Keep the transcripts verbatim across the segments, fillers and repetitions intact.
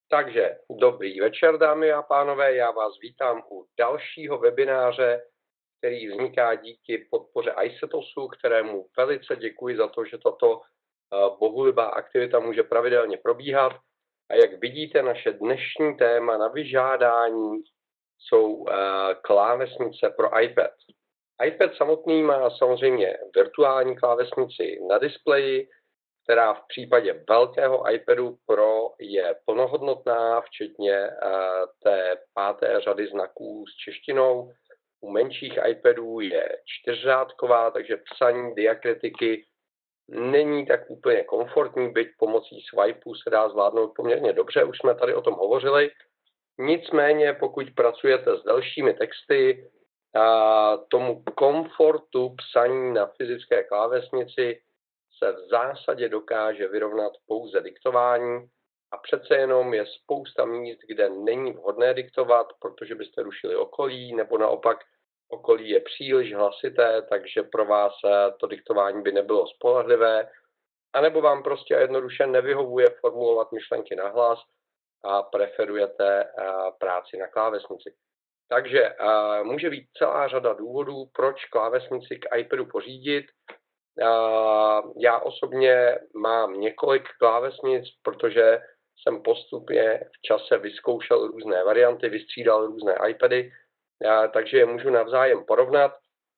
Takže dobrý večer, dámy a pánové, já vás vítám u dalšího webináře, který vzniká díky podpoře iSetosu, kterému velice děkuji za to, že tato bohulibá aktivita může pravidelně probíhat. A jak vidíte, naše dnešní téma na vyžádání jsou klávesnice pro iPad. iPad samotný má samozřejmě virtuální klávesnici na displeji, která v případě velkého iPadu Pro je plnohodnotná, včetně té páté řady znaků s češtinou. U menších iPadů je čtyřřádková, takže psaní diakritiky není tak úplně komfortní, byť pomocí swipu se dá zvládnout poměrně dobře, už jsme tady o tom hovořili. Nicméně, pokud pracujete s delšími texty, tomu komfortu psaní na fyzické klávesnici se v zásadě dokáže vyrovnat pouze diktování a přece jenom je spousta míst, kde není vhodné diktovat, protože byste rušili okolí, nebo naopak okolí je příliš hlasité, takže pro vás to diktování by nebylo spolehlivé, anebo vám prostě jednoduše nevyhovuje formulovat myšlenky nahlas a preferujete práci na klávesnici. Takže může být celá řada důvodů, proč klávesnici k iPadu pořídit. Já osobně mám několik klávesnic, protože jsem postupně v čase vyzkoušel různé varianty, vystřídal různé iPady, takže je můžu navzájem porovnat.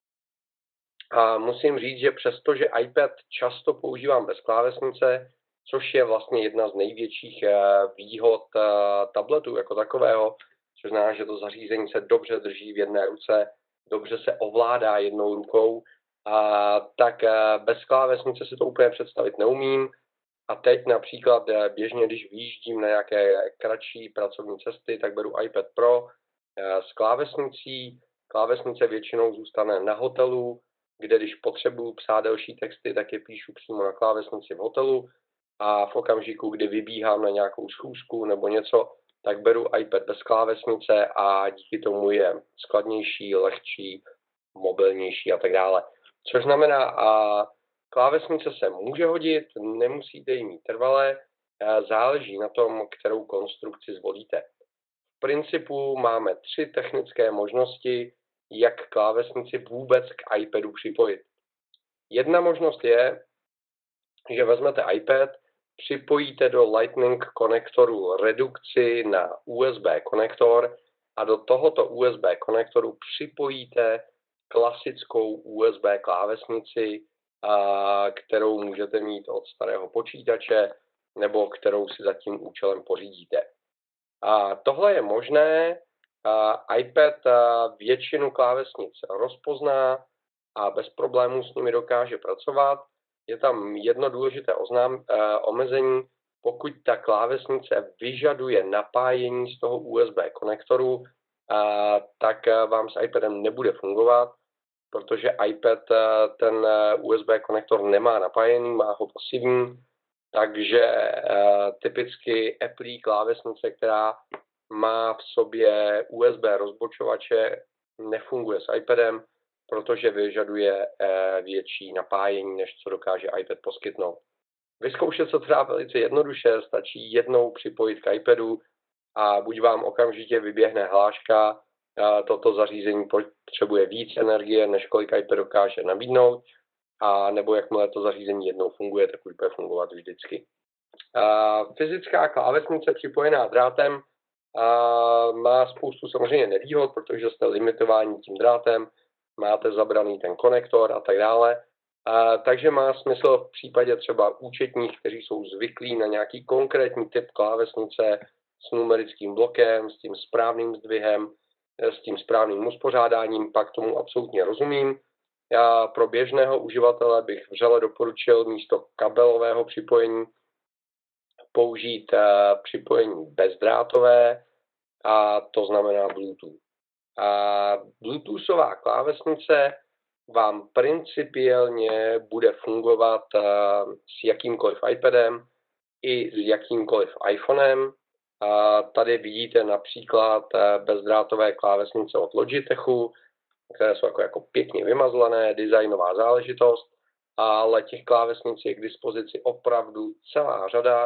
A musím říct, že přestože iPad často používám bez klávesnice, což je vlastně jedna z největších výhod tabletu jako takového, což znamená, že to zařízení se dobře drží v jedné ruce, dobře se ovládá jednou rukou, a tak bez klávesnice si to úplně představit neumím. A teď například běžně, když vyjíždím na nějaké kratší pracovní cesty, tak beru iPad Pro s klávesnicí. Klávesnice většinou zůstane na hotelu, kde když potřebuju psát delší texty, tak je píšu přímo na klávesnici v hotelu. A v okamžiku, kdy vybíhám na nějakou schůzku nebo něco, tak beru iPad bez klávesnice a díky tomu je skladnější, lehčí, mobilnější a tak dále. Což znamená, a klávesnice se může hodit, nemusíte ji mít trvale, záleží na tom, kterou konstrukci zvolíte. V principu máme tři technické možnosti, jak klávesnici vůbec k iPadu připojit. Jedna možnost je, že vezmete iPad, připojíte do Lightning konektoru redukci na U S B konektor a do tohoto U S B konektoru připojíte klasickou U S B klávesnici, kterou můžete mít od starého počítače nebo kterou si za tím účelem pořídíte. A tohle je možné, iPad většinu klávesnic rozpozná a bez problémů s nimi dokáže pracovat. Je tam jedno důležité oznám, omezení, pokud ta klávesnice vyžaduje napájení z toho U S B konektoru, tak vám s iPadem nebude fungovat, protože iPad ten U S B konektor nemá napájený, má ho pasivní, takže typicky Apple klávesnice, která má v sobě U S B rozbočovače, nefunguje s iPadem, protože vyžaduje větší napájení, než co dokáže iPad poskytnout. Vyzkoušet se třeba velice jednoduše, stačí jednou připojit k iPadu a buď vám okamžitě vyběhne hláška, toto zařízení potřebuje víc energie, než kolik iPad dokáže nabídnout, a nebo jakmile to zařízení jednou funguje, tak už bude fungovat vždycky. Fyzická klávesnice připojená drátem má spoustu samozřejmě nevýhod, protože jste limitováni tím drátem, máte zabraný ten konektor a tak dále. A, takže má smysl v případě třeba účetních, kteří jsou zvyklí na nějaký konkrétní typ klávesnice s numerickým blokem, s tím správným zdvihem, s tím správným uspořádáním, pak tomu absolutně rozumím. Já pro běžného uživatele bych vřele doporučil místo kabelového připojení použít uh, připojení bezdrátové, a to znamená Bluetooth. A Bluetoothová klávesnice vám principiálně bude fungovat s jakýmkoliv iPadem i s jakýmkoliv iPhonem. A tady vidíte například bezdrátové klávesnice od Logitechu, které jsou jako, jako pěkně vymazlené, designová záležitost, ale těch klávesnic je k dispozici opravdu celá řada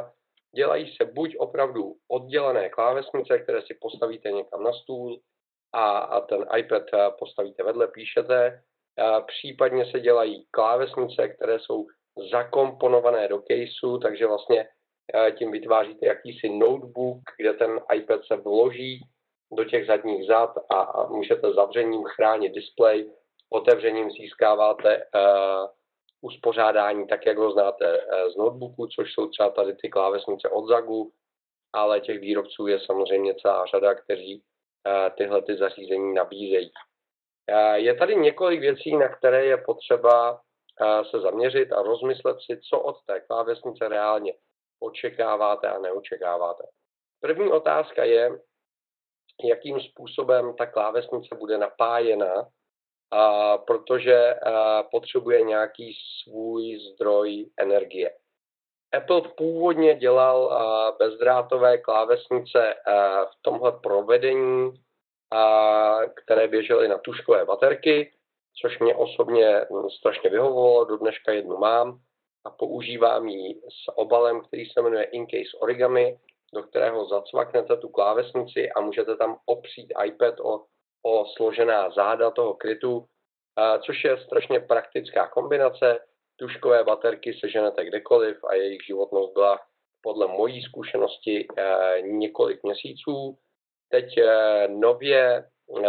Dělají se buď opravdu oddělené klávesnice, které si postavíte někam na stůl a, a ten iPad postavíte vedle, píšete. A případně se dělají klávesnice, které jsou zakomponované do caseu, takže vlastně tím vytváříte jakýsi notebook, kde ten iPad se vloží do těch zadních zad a, a můžete zavřením chránit displej, otevřením získáváte uh, uspořádání tak, jak ho znáte uh, z notebooku, což jsou třeba tady ty klávesnice od Zagu, ale těch výrobců je samozřejmě celá řada, kteří uh, tyhle ty zařízení nabízejí. Uh, je tady několik věcí, na které je potřeba uh, se zaměřit a rozmyslet si, co od té klávesnice reálně očekáváte a neočekáváte. První otázka je, jakým způsobem ta klávesnice bude napájena, a protože a, potřebuje nějaký svůj zdroj energie. Apple původně dělal a, bezdrátové klávesnice a, v tomhle provedení, a, které běžely na tužkové baterky, což mě osobně strašně vyhovovalo, do dneška jednu mám a používám ji s obalem, který se jmenuje InCase Origami, do kterého zacvaknete tu klávesnici a můžete tam opřít iPad o, o složená záda toho krytu, což je strašně praktická kombinace. Tužkové baterky seženete kdekoliv a jejich životnost byla podle mojí zkušenosti několik měsíců. Teď nově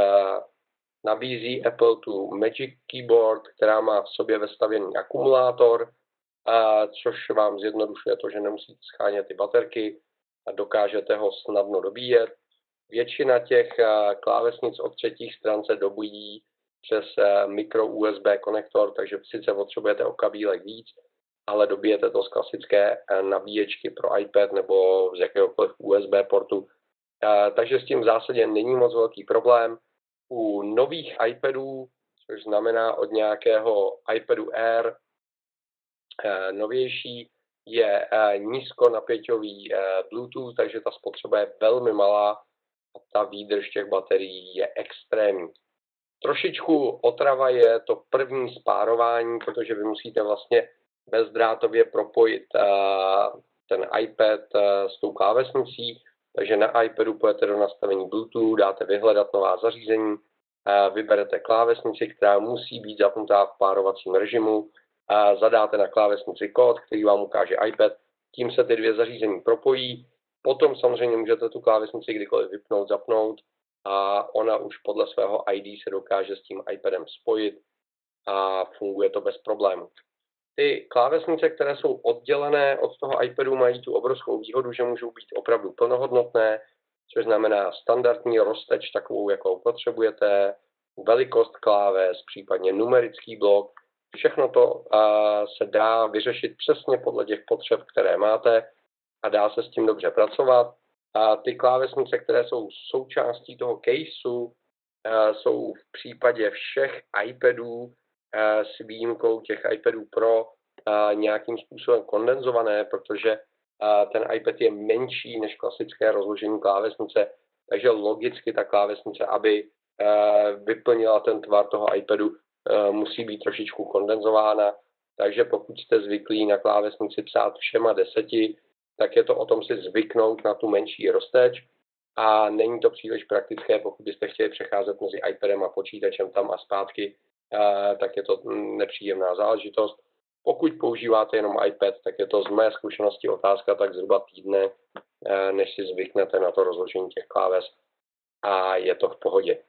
nabízí Apple tu Magic Keyboard, která má v sobě vestavěný akumulátor, což vám zjednodušuje to, že nemusíte schánět ty baterky a dokážete ho snadno dobíjet. Většina těch klávesnic od třetích stran se dobíjí přes micro U S B konektor, takže sice potřebujete o kabílek víc, ale dobijete to z klasické nabíječky pro iPad nebo z jakéhokoliv U S B portu. Takže s tím v zásadě není moc velký problém. U nových iPadů, což znamená od nějakého iPadu Air novější, je nízkonapěťový Bluetooth, takže ta spotřeba je velmi malá a ta výdrž těch baterií je extrémní. Trošičku otrava je to první spárování, protože vy musíte vlastně bezdrátově propojit ten iPad s tou klávesnicí, takže na iPadu pojete do nastavení Bluetooth, dáte vyhledat nová zařízení, vyberete klávesnici, která musí být zapnutá v párovacím režimu, zadáte na klávesnici kód, který vám ukáže iPad, tím se ty dvě zařízení propojí, potom samozřejmě můžete tu klávesnici kdykoliv vypnout, zapnout a ona už podle svého I D se dokáže s tím iPadem spojit a funguje to bez problémů. Ty klávesnice, které jsou oddělené od toho iPadu, mají tu obrovskou výhodu, že můžou být opravdu plnohodnotné, což znamená standardní rozteč, takovou, jakou potřebujete, velikost kláves, případně numerický blok. Všechno to uh, se dá vyřešit přesně podle těch potřeb, které máte a dá se s tím dobře pracovat. A ty klávesnice, které jsou součástí toho caseu, uh, jsou v případě všech iPadů uh, s výjimkou těch iPadů Pro uh, nějakým způsobem kondenzované, protože uh, ten iPad je menší než klasické rozložení klávesnice, takže logicky ta klávesnice, aby uh, vyplnila ten tvar toho iPadu, uh, musí být trošičku kondenzována, takže pokud jste zvyklí na klávesnici psát všema deseti, tak je to o tom si zvyknout na tu menší rozteč a není to příliš praktické, pokud byste chtěli přecházet mezi iPadem a počítačem tam a zpátky, tak je to nepříjemná záležitost. Pokud používáte jenom iPad, tak je to z mé zkušenosti otázka tak zhruba týdne, než si zvyknete na to rozložení těch kláves a je to v pohodě.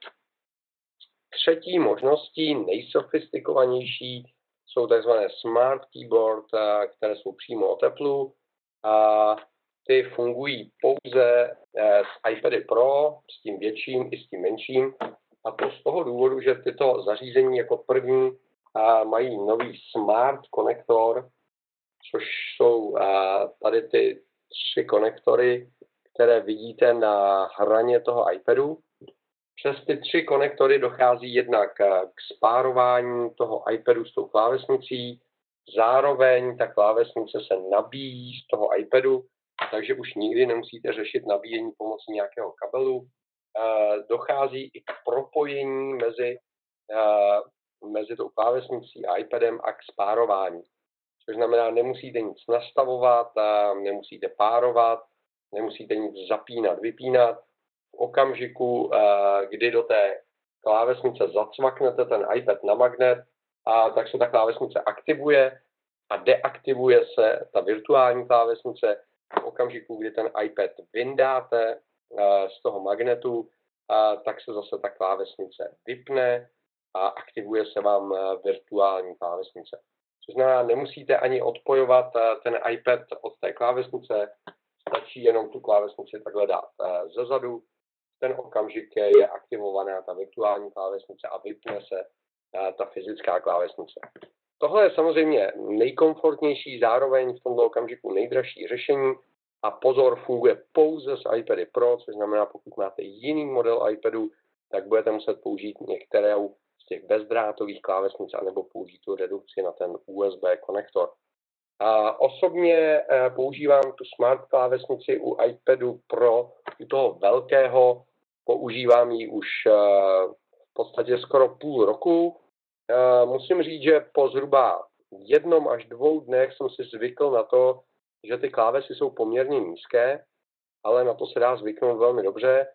Třetí možností, nejsofistikovanější, jsou tzv. Smart Keyboard, které jsou přímo od Apple. A ty fungují pouze s iPady Pro, s tím větším i s tím menším. A to z toho důvodu, že tyto zařízení jako první mají nový smart konektor, což jsou tady ty tři konektory, které vidíte na hraně toho iPadu. Přes ty tři konektory dochází jednak k spárování toho iPadu s tou klávesnicí, zároveň ta klávesnice se nabíjí z toho iPadu, takže už nikdy nemusíte řešit nabíjení pomocí nějakého kabelu. Dochází i k propojení mezi, mezi tou klávesnicí a iPadem a k spárování. což znamená, nemusíte nic nastavovat, nemusíte párovat, nemusíte nic zapínat, vypínat. V okamžiku, kdy do té klávesnice zacvaknete ten iPad na magnet, a tak se ta klávesnice aktivuje a deaktivuje se ta virtuální klávesnice. V okamžiku, kdy ten iPad vyndáte z toho magnetu, tak se zase ta klávesnice vypne a aktivuje se vám virtuální klávesnice. To znamená, nemusíte ani odpojovat ten iPad od té klávesnice, stačí jenom tu klávesnici takhle dát zezadu. V ten okamžik je aktivovaná ta virtuální klávesnice a vypne se ta fyzická klávesnice. Tohle je samozřejmě nejkomfortnější, zároveň v tomto okamžiku nejdražší řešení a pozor, funguje pouze s iPady Pro, což znamená, pokud máte jiný model iPadu, tak budete muset použít některou z těch bezdrátových klávesnic anebo použít tu redukci na ten U S B konektor. A osobně používám tu smart klávesnici u iPadu Pro, u toho velkého, používám ji už v podstatě skoro půl roku. Musím říct, že po zhruba jednom až dvou dnech jsem si zvykl na to, že ty klávesy jsou poměrně nízké, ale na to se dá zvyknout velmi dobře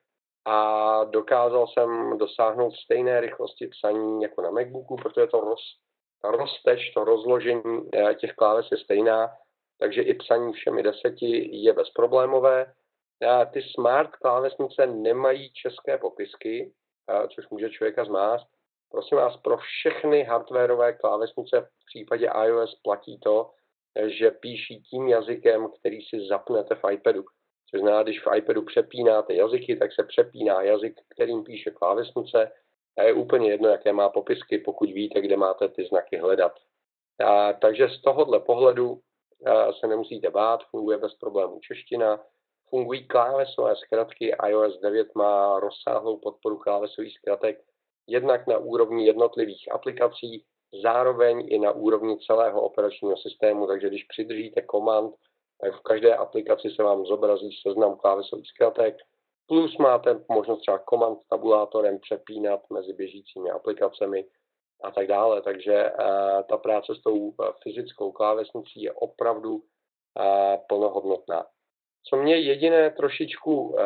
a dokázal jsem dosáhnout stejné rychlosti psaní jako na MacBooku, protože to roz, ta rozteč, to rozložení těch kláves je stejná, takže i psaní všemi deseti je bezproblémové. Ty smart klávesnice nemají české popisky, což může člověka zmást. Prosím vás, pro všechny hardwareové klávesnice v případě iOS platí to, že píší tím jazykem, který si zapnete v iPadu. Což znamená, když v iPadu přepínáte jazyky, tak se přepíná jazyk, kterým píše klávesnice. A je úplně jedno, jaké má popisky, pokud víte, kde máte ty znaky hledat. A, takže z tohohle pohledu a, se nemusíte bát, funguje bez problémů čeština. Fungují klávesové zkratky, iOS devět má rozsáhlou podporu klávesových zkratek, jednak na úrovni jednotlivých aplikací, zároveň i na úrovni celého operačního systému, takže když přidržíte komand, tak v každé aplikaci se vám zobrazí seznam klávesových zkratek, plus máte možnost třeba komand tabulátorem přepínat mezi běžícími aplikacemi a tak dále, takže uh, ta práce s tou uh, fyzickou klávesnicí je opravdu uh, plnohodnotná. Co mě jediné trošičku uh,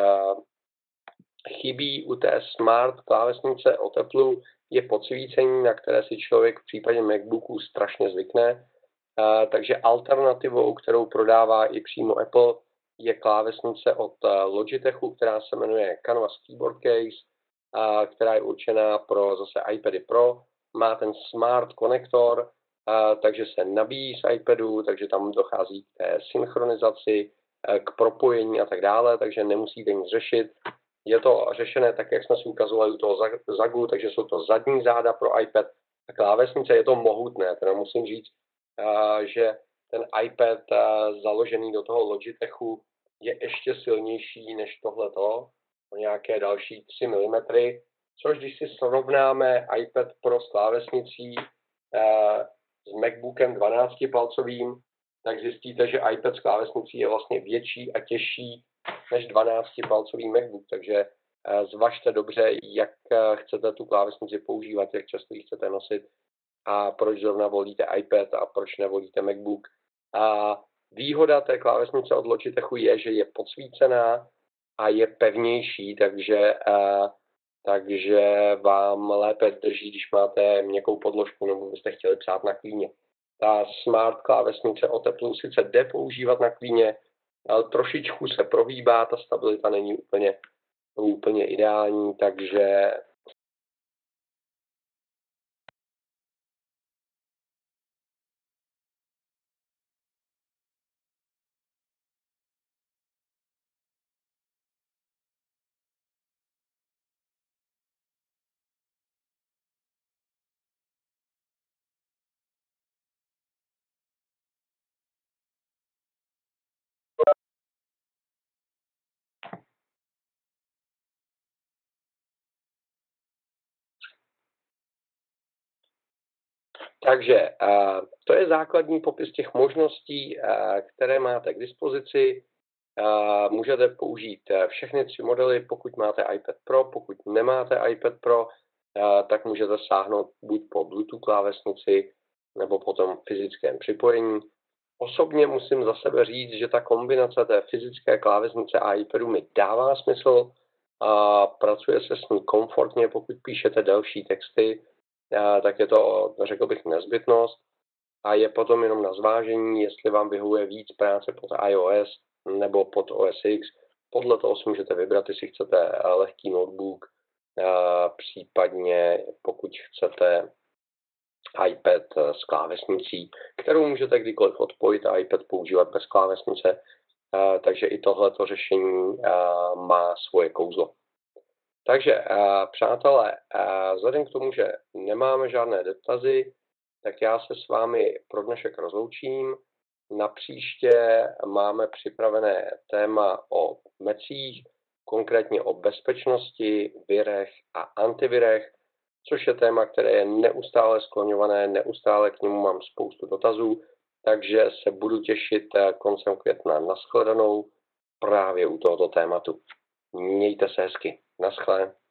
chybí u té smart klávesnice od Apple, je podsvícení, na které si člověk v případě MacBooku strašně zvykne. Uh, takže alternativou, kterou prodává i přímo Apple, je klávesnice od uh, Logitechu, která se jmenuje Canvas Keyboard Case, uh, která je určená pro zase iPady Pro. Má ten smart konektor, uh, takže se nabíjí z iPadu, takže tam dochází k té synchronizaci, uh, k propojení a tak dále, takže nemusíte nic řešit. Je to řešené tak, jak jsme si ukazovali u toho Zagu, takže jsou to zadní záda pro iPad a klávesnice je to mohutné. Teda musím říct, že ten iPad založený do toho Logitechu je ještě silnější než tohleto, o nějaké další tři milimetry, což když si srovnáme iPad Pro s klávesnicí s MacBookem dvanáctipalcovým, tak zjistíte, že iPad s klávesnicí je vlastně větší a těžší než dvanáctipalcový MacBook, takže zvažte dobře, jak chcete tu klávesnici používat, jak často ji chcete nosit a proč zrovna volíte iPad a proč nevolíte MacBook. A výhoda té klávesnice od Logitechu je, že je podsvícená a je pevnější, takže, takže vám lépe drží, když máte měkkou podložku nebo byste chtěli psát na klíně. Ta smart klávesnice od Apple sice jde používat na klíně, ale trošičku se prohýbá, ta stabilita není úplně, úplně ideální, takže Takže uh, to je základní popis těch možností, uh, které máte k dispozici. Uh, můžete použít všechny tři modely, pokud máte iPad Pro, pokud nemáte iPad Pro, uh, tak můžete sáhnout buď po Bluetooth klávesnici, nebo po tom fyzickém připojení. Osobně musím za sebe říct, že ta kombinace té fyzické klávesnice a iPadu mi dává smysl a pracuje se s ní komfortně, pokud píšete delší texty, tak je to, řekl bych, nezbytnost a je potom jenom na zvážení, jestli vám vyhovuje víc práce pod iOS nebo pod O S X. Podle toho si můžete vybrat, jestli chcete lehký notebook, případně pokud chcete iPad s klávesnicí, kterou můžete kdykoliv odpojit a iPad používat bez klávesnice, takže i tohleto řešení má svoje kouzlo. Takže, přátelé, vzhledem k tomu, že nemáme žádné dotazy, tak já se s vámi pro dnešek rozloučím. Na příště máme připravené téma o mecích, konkrétně o bezpečnosti, virech a antivirech, což je téma, které je neustále skloňované, neustále k němu mám spoustu dotazů, takže se budu těšit koncem května. Nashledanou právě u tohoto tématu. Mějte se hezky. Naschle.